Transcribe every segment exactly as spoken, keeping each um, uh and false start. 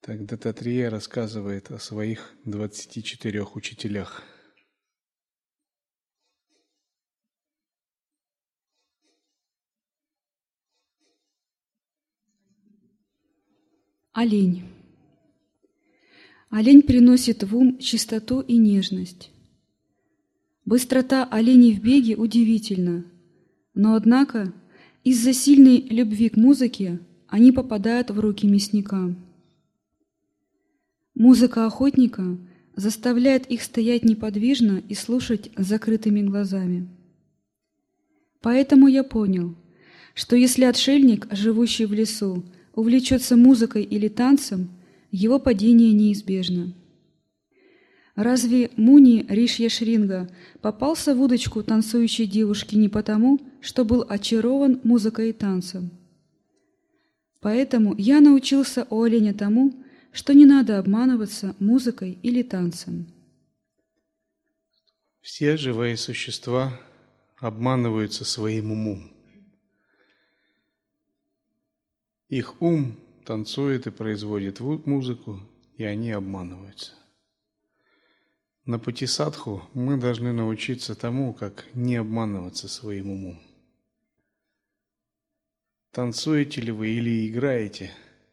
Так Дататрия рассказывает о своих двадцати четырёх учителях. Олень. Олень приносит в ум чистоту и нежность. Быстрота оленей в беге удивительна, но, однако, из-за сильной любви к музыке они попадают в руки мясника. Музыка охотника заставляет их стоять неподвижно и слушать с закрытыми глазами. Поэтому я понял, что если отшельник, живущий в лесу, увлечется музыкой или танцем, его падение неизбежно. Разве Муни Ришьяшринга попался в удочку танцующей девушки не потому, что был очарован музыкой и танцем? Поэтому я научился у оленя тому, что не надо обманываться музыкой или танцем. Все живые существа обманываются своим умом. Их ум танцует и производит музыку, и они обманываются. На пути садху мы должны научиться тому, как не обманываться своим умом. Танцуете ли вы или играете,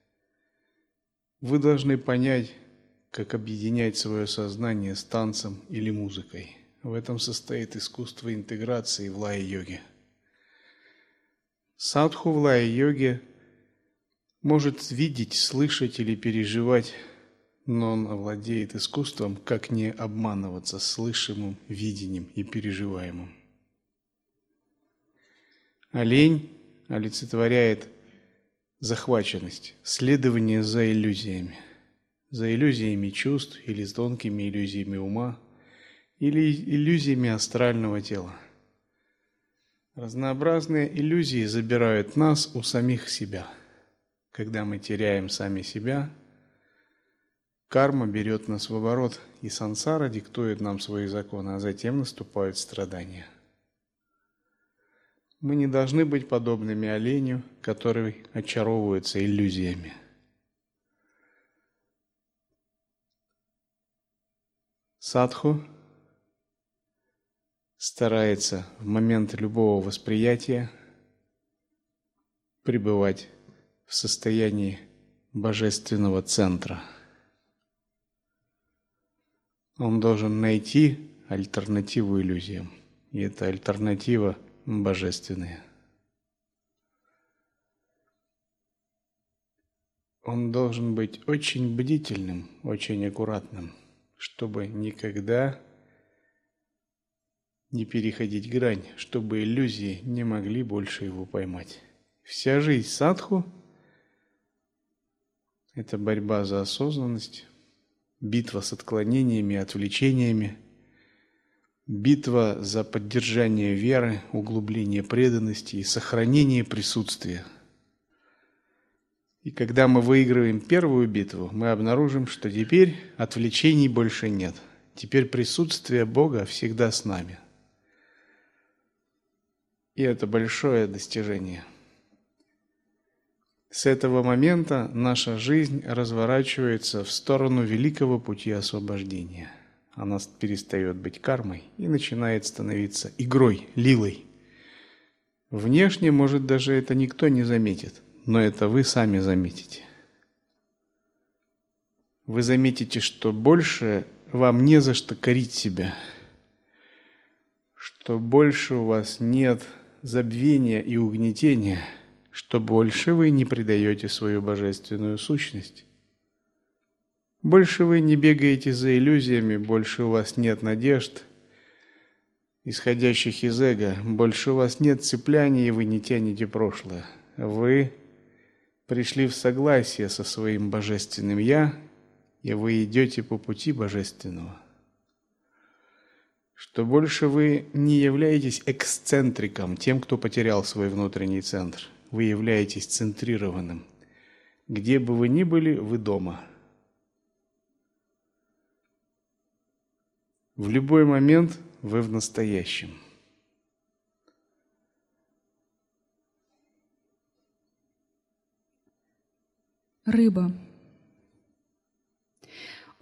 вы должны понять, как объединять свое сознание с танцем или музыкой. В этом состоит искусство интеграции в лая-йоге. Садху в лая-йоге может видеть, слышать или переживать, но он овладеет искусством, как не обманываться слышимым, видением и переживаемым. Олень олицетворяет захваченность, следование за иллюзиями, за иллюзиями чувств или с тонкими иллюзиями ума, или иллюзиями астрального тела. Разнообразные иллюзии забирают нас у самих себя. Когда мы теряем сами себя, карма берет нас в оборот, и сансара диктует нам свои законы, а затем наступают страдания. Мы не должны быть подобными оленю, который очаровывается иллюзиями. Садху старается в момент любого восприятия пребывать в состоянии божественного центра. Он должен найти альтернативу иллюзиям, и эта альтернатива божественная. Он должен быть очень бдительным, очень аккуратным, чтобы никогда не переходить грань, чтобы иллюзии не могли больше его поймать. Вся жизнь садху – это борьба за осознанность, битва с отклонениями, отвлечениями, битва за поддержание веры, углубление преданности и сохранение присутствия. И когда мы выигрываем первую битву, мы обнаружим, что теперь отвлечений больше нет. Теперь присутствие Бога всегда с нами. И это большое достижение. С этого момента наша жизнь разворачивается в сторону великого пути освобождения. Она перестает быть кармой и начинает становиться игрой, лилой. Внешне, может, даже это никто не заметит, но это вы сами заметите. Вы заметите, что больше вам не за что корить себя, что больше у вас нет забвения и угнетения, что больше вы не предаете свою божественную сущность. Больше вы не бегаете за иллюзиями, больше у вас нет надежд, исходящих из эго, больше у вас нет цепляния, и вы не тянете прошлое. Вы пришли в согласие со своим божественным «Я», и вы идете по пути божественного. Что больше вы не являетесь эксцентриком, тем, кто потерял свой внутренний центр. Вы являетесь центрированным. Где бы вы ни были, вы дома. В любой момент вы в настоящем. Рыба.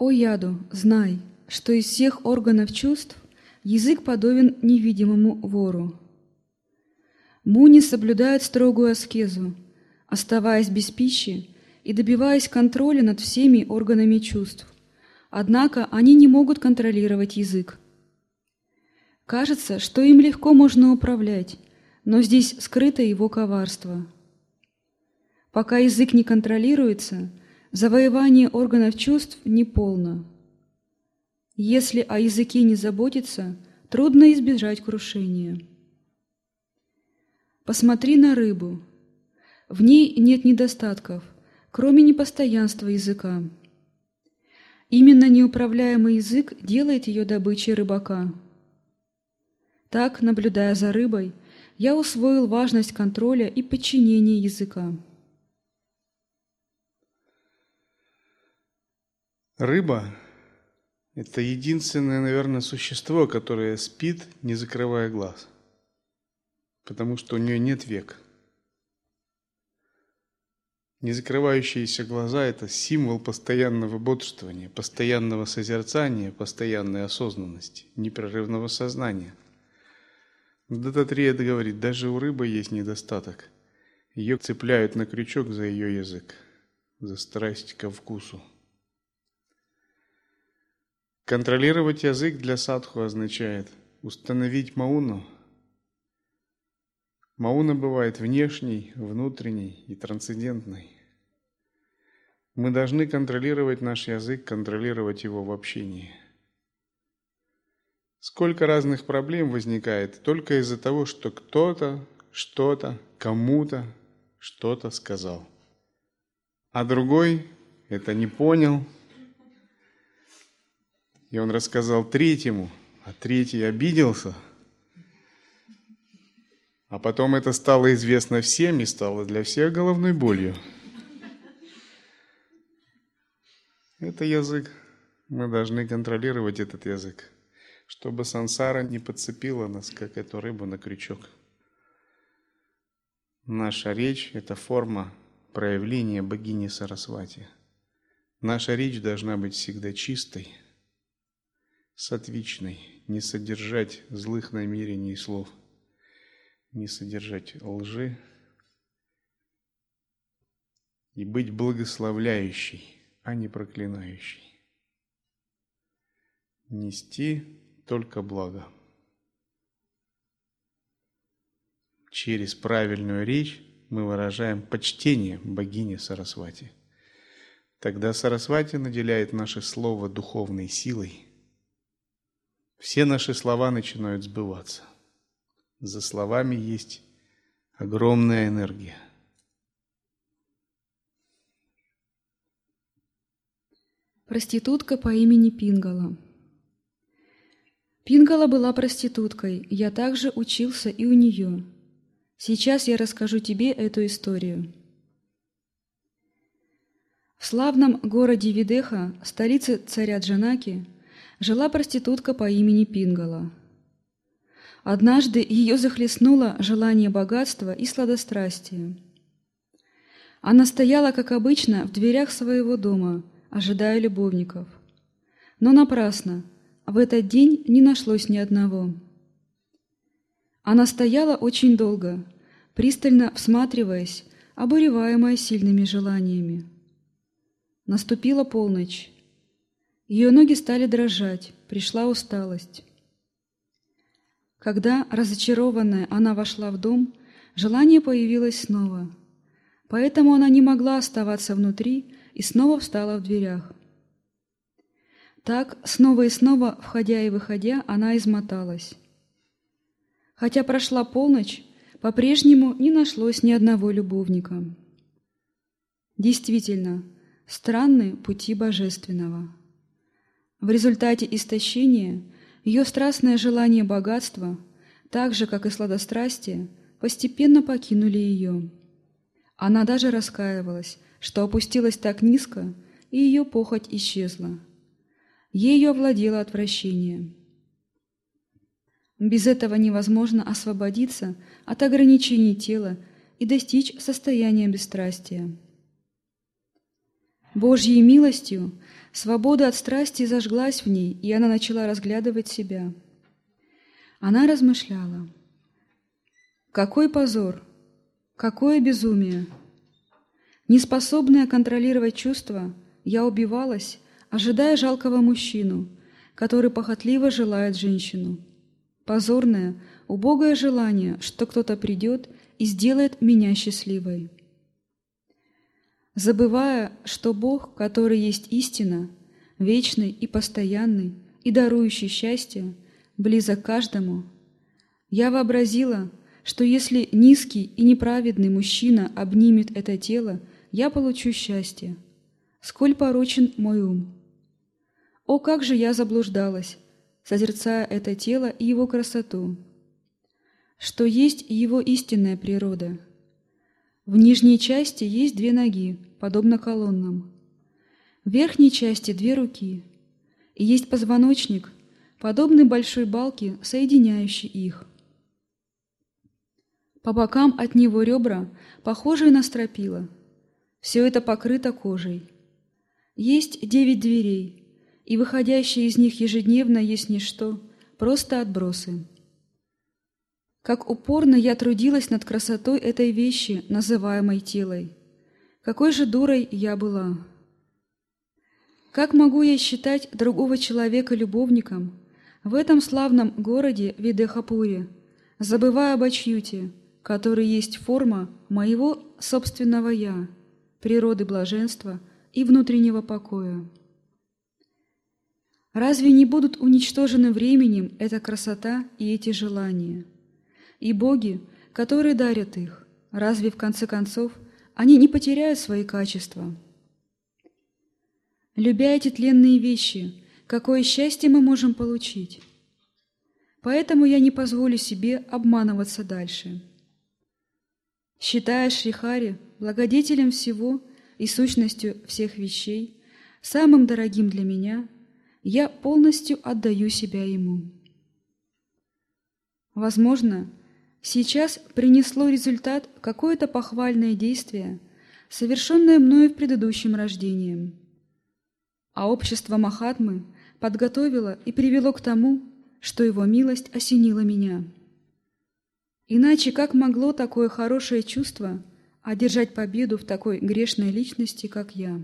«О яду, знай, что из всех органов чувств язык подобен невидимому вору. Муни соблюдают строгую аскезу, оставаясь без пищи и добиваясь контроля над всеми органами чувств. Однако они не могут контролировать язык. Кажется, что им легко можно управлять, но здесь скрыто его коварство. Пока язык не контролируется, завоевание органов чувств неполно. Если о языке не заботиться, трудно избежать крушения. Посмотри на рыбу. В ней нет недостатков, кроме непостоянства языка. Именно неуправляемый язык делает ее добычей рыбака. Так, наблюдая за рыбой, я усвоил важность контроля и подчинения языка. Рыба – это единственное, наверное, существо, которое спит, не закрывая глаз, потому что у нее нет век. Не закрывающиеся глаза – это символ постоянного бодрствования, постоянного созерцания, постоянной осознанности, непрерывного сознания. Дататрея говорит, даже у рыбы есть недостаток. Ее цепляют на крючок за ее язык, за страсть ко вкусу. Контролировать язык для садху означает установить мауну. Мауна бывает внешней, внутренней и трансцендентной. Мы должны контролировать наш язык, контролировать его в общении. Сколько разных проблем возникает только из-за того, что кто-то, что-то, кому-то что-то сказал. А другой это не понял, и он рассказал третьему, а третий обиделся. А потом это стало известно всем и стало для всех головной болью. Это язык. Мы должны контролировать этот язык, чтобы сансара не подцепила нас, как эту рыбу, на крючок. Наша речь – это форма проявления богини Сарасвати. Наша речь должна быть всегда чистой, сатвичной, не содержать злых намерений и слов, не содержать лжи и быть благословляющей, а не проклинающей. Нести только благо. Через правильную речь мы выражаем почтение богине Сарасвати. Тогда Сарасвати наделяет наше слово духовной силой. Все наши слова начинают сбываться. За словами есть огромная энергия. Проститутка по имени Пингала. Пингала была проституткой, я также учился и у нее. Сейчас я расскажу тебе эту историю. В славном городе Видеха, столице царя Джанаки, жила проститутка по имени Пингала. Однажды ее захлестнуло желание богатства и сладострастия. Она стояла, как обычно, в дверях своего дома, ожидая любовников. Но напрасно, в этот день не нашлось ни одного. Она стояла очень долго, пристально всматриваясь, обуреваемая сильными желаниями. Наступила полночь. Ее ноги стали дрожать, пришла усталость. Когда, разочарованная, она вошла в дом, желание появилось снова. Поэтому она не могла оставаться внутри и снова встала в дверях. Так, снова и снова, входя и выходя, она измоталась. Хотя прошла полночь, по-прежнему не нашлось ни одного любовника. Действительно, странны пути Божественного. В результате истощения ее страстное желание богатства, так же, как и сладострастие, постепенно покинули ее. Она даже раскаивалась, что опустилась так низко, и ее похоть исчезла. Ею овладело отвращение. Без этого невозможно освободиться от ограничений тела и достичь состояния бесстрастия. Божьей милостью свобода от страсти зажглась в ней, и она начала разглядывать себя. Она размышляла. Какой позор! Какое безумие! Неспособная контролировать чувства, я убивалась, ожидая жалкого мужчину, который похотливо желает женщину. Позорное, убогое желание, что кто-то придет и сделает меня счастливой. Забывая, что Бог, который есть истина, вечный и постоянный, и дарующий счастье, близок каждому, я вообразила, что если низкий и неправедный мужчина обнимет это тело, я получу счастье. Сколь порочен мой ум! О, как же я заблуждалась, созерцая это тело и его красоту! Что есть его истинная природа. В нижней части есть две ноги, подобно колоннам. В верхней части две руки, и есть позвоночник, подобный большой балке, соединяющий их. По бокам от него ребра, похожие на стропила. Все это покрыто кожей. Есть девять дверей, и выходящие из них ежедневно есть ничто, просто отбросы. Как упорно я трудилась над красотой этой вещи, называемой телой. Какой же дурой я была! Как могу я считать другого человека любовником в этом славном городе Видехапуре, забывая об Ачьюте, который есть форма моего собственного «я», природы блаженства и внутреннего покоя? Разве не будут уничтожены временем эта красота и эти желания? И боги, которые дарят их, разве в конце концов они не потеряют свои качества? Любя эти тленные вещи, какое счастье мы можем получить? Поэтому я не позволю себе обманываться дальше. Считая Шрихари благодетелем всего и сущностью всех вещей, самым дорогим для меня, я полностью отдаю себя Ему. Возможно, сейчас принесло результат какое-то похвальное действие, совершенное мною в предыдущем рождении, а общество Махатмы подготовило и привело к тому, что его милость осенила меня. Иначе как могло такое хорошее чувство одержать победу в такой грешной личности, как я?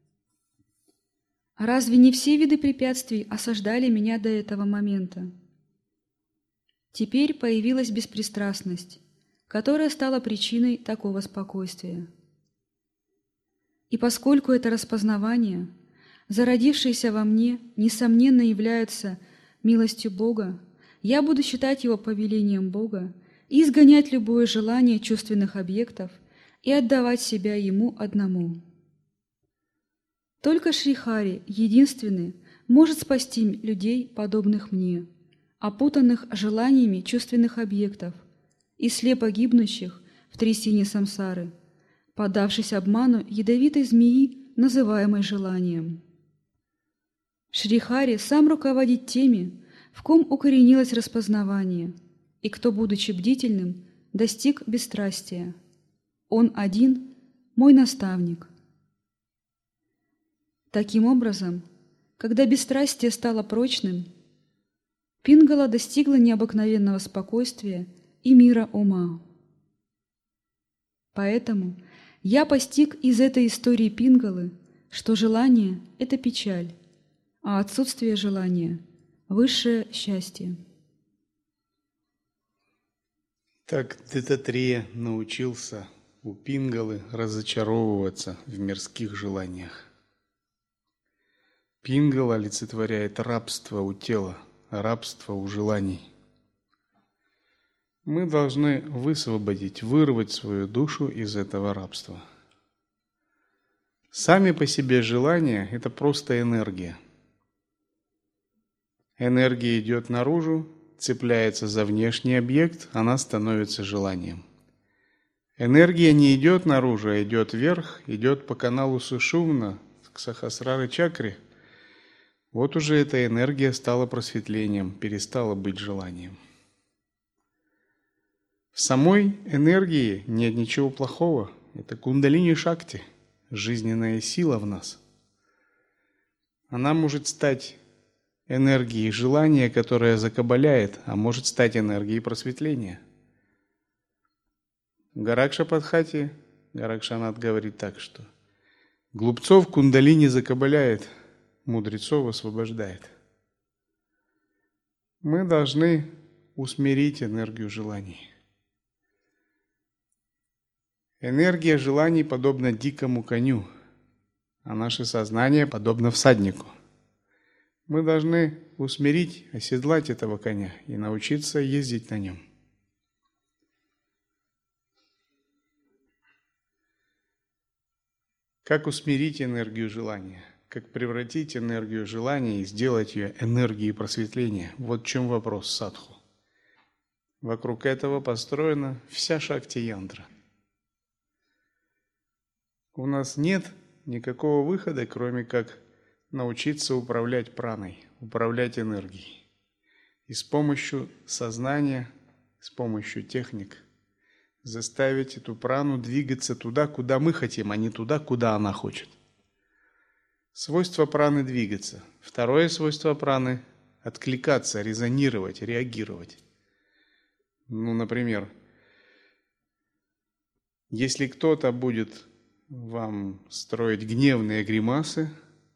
Разве не все виды препятствий осаждали меня до этого момента? Теперь появилась беспристрастность, которая стала причиной такого спокойствия. И поскольку это распознавание, зародившееся во мне, несомненно является милостью Бога, я буду считать его повелением Бога и изгонять любое желание чувственных объектов и отдавать себя Ему одному. Только Шрихари, единственный, может спасти людей, подобных мне, опутанных желаниями чувственных объектов и слепо гибнущих в трясине самсары, поддавшись обману ядовитой змеи, называемой желанием. Шрихари сам руководит теми, в ком укоренилось распознавание, и кто, будучи бдительным, достиг бесстрастия. Он один – мой наставник. Таким образом, когда бесстрастие стало прочным, Пингала достигла необыкновенного спокойствия и мира ума. Поэтому я постиг из этой истории Пингалы, что желание – это печаль, а отсутствие желания – высшее счастье. Так Даттатрея научился у Пингалы разочаровываться в мирских желаниях. Пингала олицетворяет рабство у тела, рабство у желаний. Мы должны высвободить, вырвать свою душу из этого рабства. Сами по себе желания – это просто энергия. Энергия идет наружу, цепляется за внешний объект, она становится желанием. Энергия не идет наружу, а идет вверх, идет по каналу Сушумна к Сахасрара чакре. Вот уже эта энергия стала просветлением, перестала быть желанием. В самой энергии нет ничего плохого. Это кундалини-шакти, жизненная сила в нас. Она может стать энергией желания, которая закабаляет, а может стать энергией просветления. В Гаракшападхати Гаракшанат говорит так, что глупцов кундалини закабаляет, мудрецов освобождает. Мы должны усмирить энергию желаний. Энергия желаний подобна дикому коню, а наше сознание подобно всаднику. Мы должны усмирить, оседлать этого коня и научиться ездить на нем. Как усмирить энергию желания? Как превратить энергию желания и сделать ее энергией просветления? Вот в чем вопрос садху. Вокруг этого построена вся шакти-янтра. У нас нет никакого выхода, кроме как научиться управлять праной, управлять энергией. И с помощью сознания, с помощью техник заставить эту прану двигаться туда, куда мы хотим, а не туда, куда она хочет. Свойство праны – двигаться. Второе свойство праны – откликаться, резонировать, реагировать. Ну, например, если кто-то будет вам строить гневные гримасы,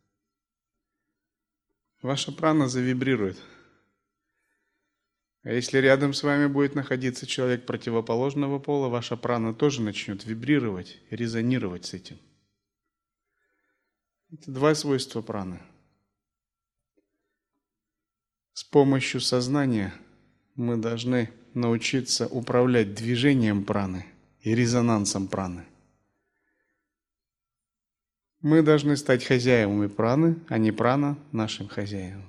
ваша прана завибрирует. А если рядом с вами будет находиться человек противоположного пола, ваша прана тоже начнет вибрировать, резонировать с этим. Это два свойства праны. С помощью сознания мы должны научиться управлять движением праны и резонансом праны. Мы должны стать хозяевами праны, а не прана нашим хозяином.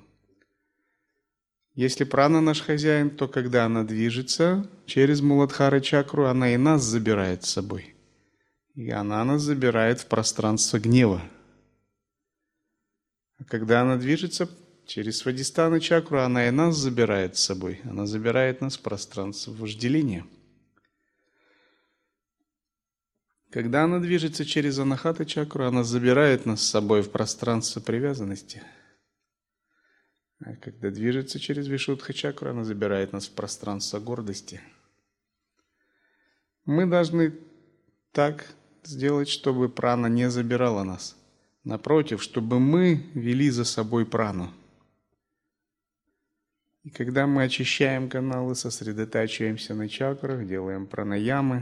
Если прана наш хозяин, то когда она движется через Муладхара чакру, она и нас забирает с собой. И она нас забирает в пространство гнева. А когда она движется через Свадистхана чакру, она и нас забирает с собой. Она забирает нас в пространство вожделения. Когда она движется через Анахата чакру, она забирает нас с собой в пространство привязанности. А когда движется через Вишудха чакру, она забирает нас в пространство гордости. Мы должны так сделать, чтобы прана не забирала нас. Напротив, чтобы мы вели за собой прану. И когда мы очищаем каналы, сосредотачиваемся на чакрах, делаем пранаямы,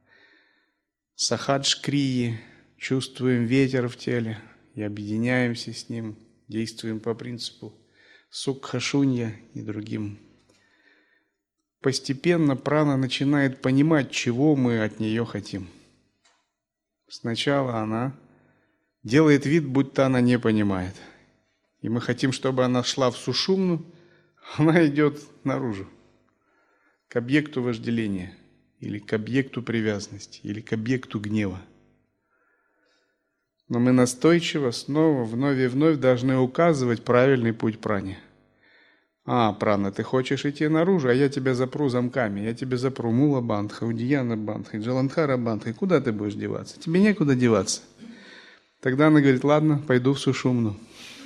сахадж-крии, чувствуем ветер в теле и объединяемся с ним, действуем по принципу сукха-шунья и другим. Постепенно прана начинает понимать, чего мы от нее хотим. Сначала она делает вид, будто она не понимает. И мы хотим, чтобы она шла в сушумну, она идет наружу, к объекту вожделения, или к объекту привязанности, или к объекту гнева. Но мы настойчиво снова, вновь и вновь должны указывать правильный путь пране. А, прана, ты хочешь идти наружу, а я тебя запру замками. Я тебя запру Мула Бандха, Удияна Бандха, Джаландхара Бандха. Куда ты будешь деваться? Тебе некуда деваться. Тогда она говорит, ладно, пойду в сушумну.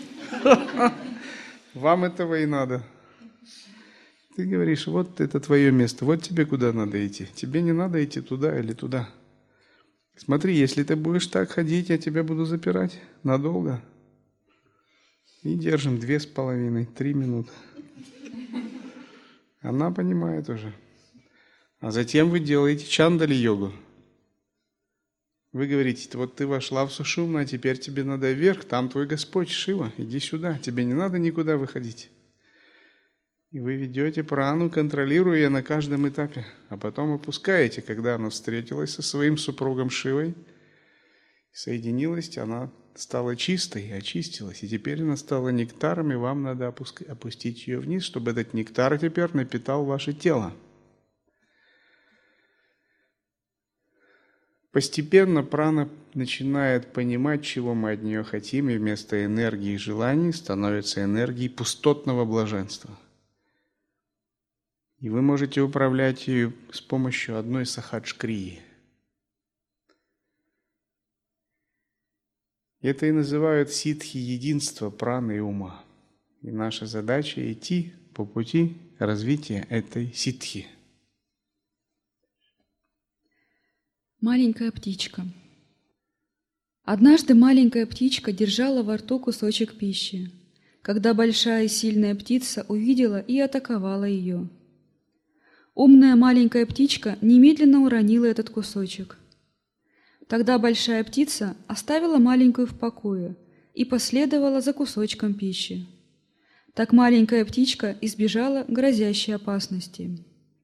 Вам этого и надо. Ты говоришь, вот это твое место, вот тебе куда надо идти. Тебе не надо идти туда или туда. Смотри, если ты будешь так ходить, я тебя буду запирать надолго. И держим две с половиной, три минуты. Она понимает уже. А затем вы делаете чандали-йогу. Вы говорите, вот ты вошла в сушумну, а теперь тебе надо вверх, там твой Господь Шива, иди сюда, тебе не надо никуда выходить. И вы ведете прану, контролируя ее на каждом этапе, а потом опускаете, когда она встретилась со своим супругом Шивой, соединилась, она стала чистой, очистилась, и теперь она стала нектаром, и вам надо опустить ее вниз, чтобы этот нектар теперь напитал ваше тело. Постепенно прана начинает понимать, чего мы от нее хотим, и вместо энергии и желаний становится энергией пустотного блаженства. И вы можете управлять ею с помощью одной сахадж-крии. Это и называют ситхи единства праны и ума. И наша задача идти по пути развития этой ситхи. Маленькая птичка. Однажды маленькая птичка держала во рту кусочек пищи, когда большая и сильная птица увидела и атаковала ее. Умная маленькая птичка немедленно уронила этот кусочек. Тогда большая птица оставила маленькую в покое и последовала за кусочком пищи. Так маленькая птичка избежала грозящей опасности.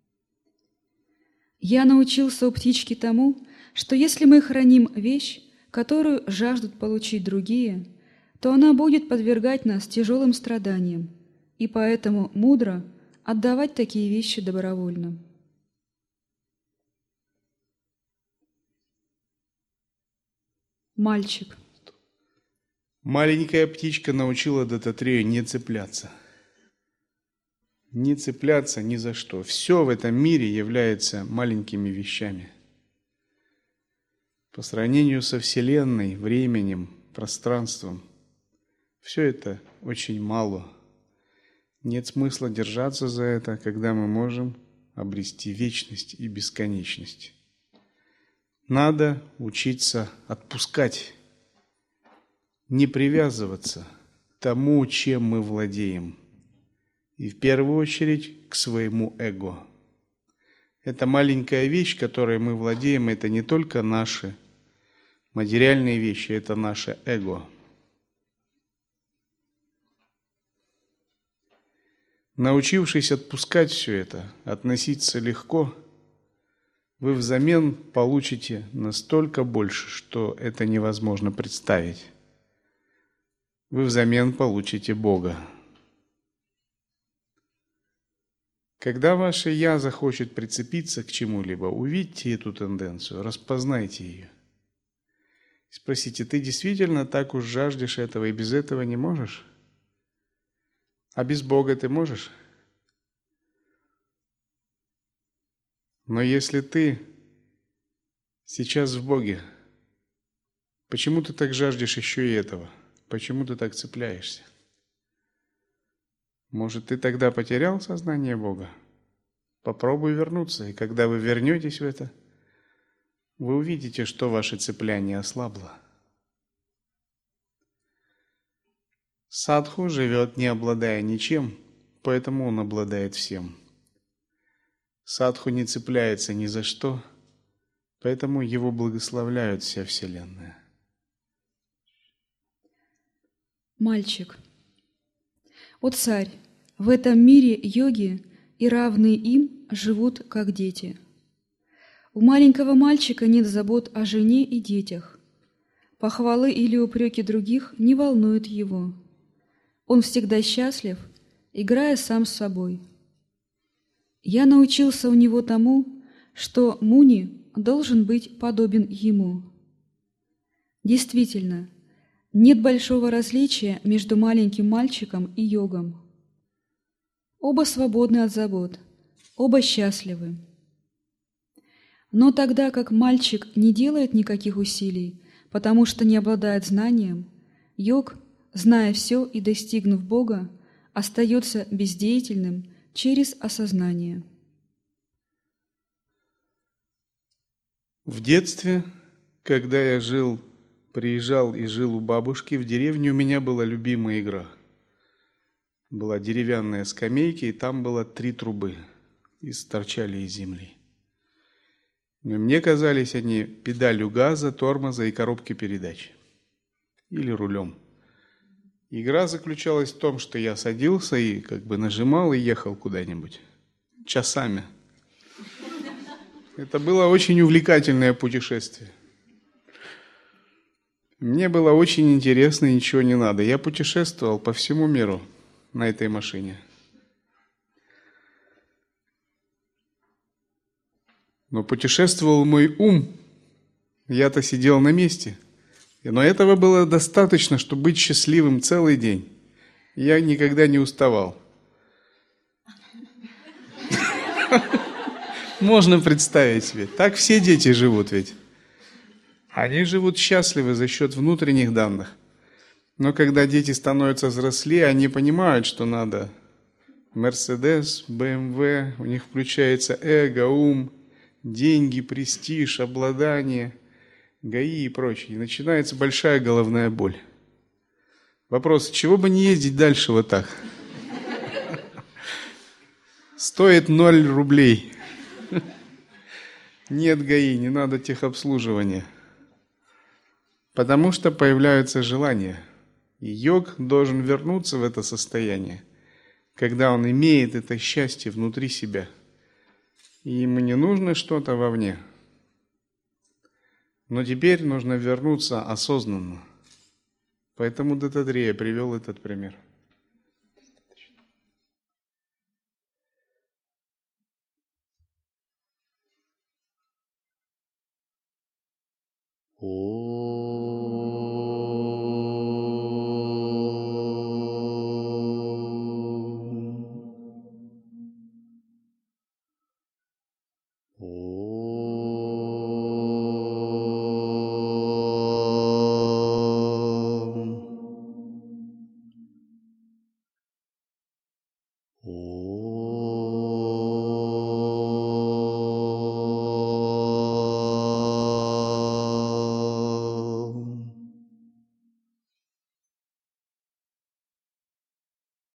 Я научился у птички тому, что если мы храним вещь, которую жаждут получить другие, то она будет подвергать нас тяжелым страданиям, и поэтому мудро отдавать такие вещи добровольно. Мальчик. Маленькая птичка научила Даттатрею не цепляться. Не цепляться ни за что. Все в этом мире является маленькими вещами. По сравнению со Вселенной, временем, пространством, все это очень мало. Нет смысла держаться за это, когда мы можем обрести вечность и бесконечность. Надо учиться отпускать, не привязываться к тому, чем мы владеем, и в первую очередь к своему эго. Эта маленькая вещь, которой мы владеем, это не только наши материальные вещи, это наше эго. Научившись отпускать все это, относиться легко, вы взамен получите настолько больше, что это невозможно представить. Вы взамен получите Бога. Когда ваше «я» захочет прицепиться к чему-либо, увидьте эту тенденцию, распознайте ее. Спросите, ты действительно так уж жаждешь этого и без этого не можешь? А без Бога ты можешь? Но если ты сейчас в Боге, почему ты так жаждешь еще и этого? Почему ты так цепляешься? Может, ты тогда потерял сознание Бога? Попробуй вернуться, и когда вы вернетесь в это, вы увидите, что ваше цепляние ослабло. Садху живет, не обладая ничем, поэтому он обладает всем. Садху не цепляется ни за что, поэтому его благословляют вся Вселенная. Мальчик. О царь, в этом мире йоги и равные им живут как дети. У маленького мальчика нет забот о жене и детях. Похвалы или упреки других не волнуют его. Он всегда счастлив, играя сам с собой. Я научился у него тому, что муни должен быть подобен ему. Действительно, нет большого различия между маленьким мальчиком и йогом. Оба свободны от забот, оба счастливы. Но тогда как мальчик не делает никаких усилий, потому что не обладает знанием, йог, зная все и достигнув Бога, остается бездеятельным через осознание. В детстве, когда я жил, приезжал и жил у бабушки, в деревне у меня была любимая игра. Была деревянная скамейка, и там было три трубы, и торчали из земли. Но мне казались они педалью газа, тормоза и коробки передач. Или рулем. Игра заключалась в том, что я садился и как бы нажимал и ехал куда-нибудь. Часами. Это было очень увлекательное путешествие. Мне было очень интересно, и ничего не надо. Я путешествовал по всему миру на этой машине. Но путешествовал мой ум. Я-то сидел на месте. Но этого было достаточно, чтобы быть счастливым целый день. Я никогда не уставал. Можно представить себе. Так все дети живут ведь. Они живут счастливы за счет внутренних данных. Но когда дети становятся взрослее, они понимают, что надо Мерседес, бэ эм вэ, у них включается эго, ум, деньги, престиж, обладание, ГАИ и прочее. И начинается большая головная боль. Вопрос, чего бы не ездить дальше вот так? Стоит ноль рублей. Нет ГАИ, не надо техобслуживания. Потому что появляются желания. И йог должен вернуться в это состояние, когда он имеет это счастье внутри себя. И ему не нужно что-то вовне. Но теперь нужно вернуться осознанно. Поэтому Даттатрея привел этот пример. О.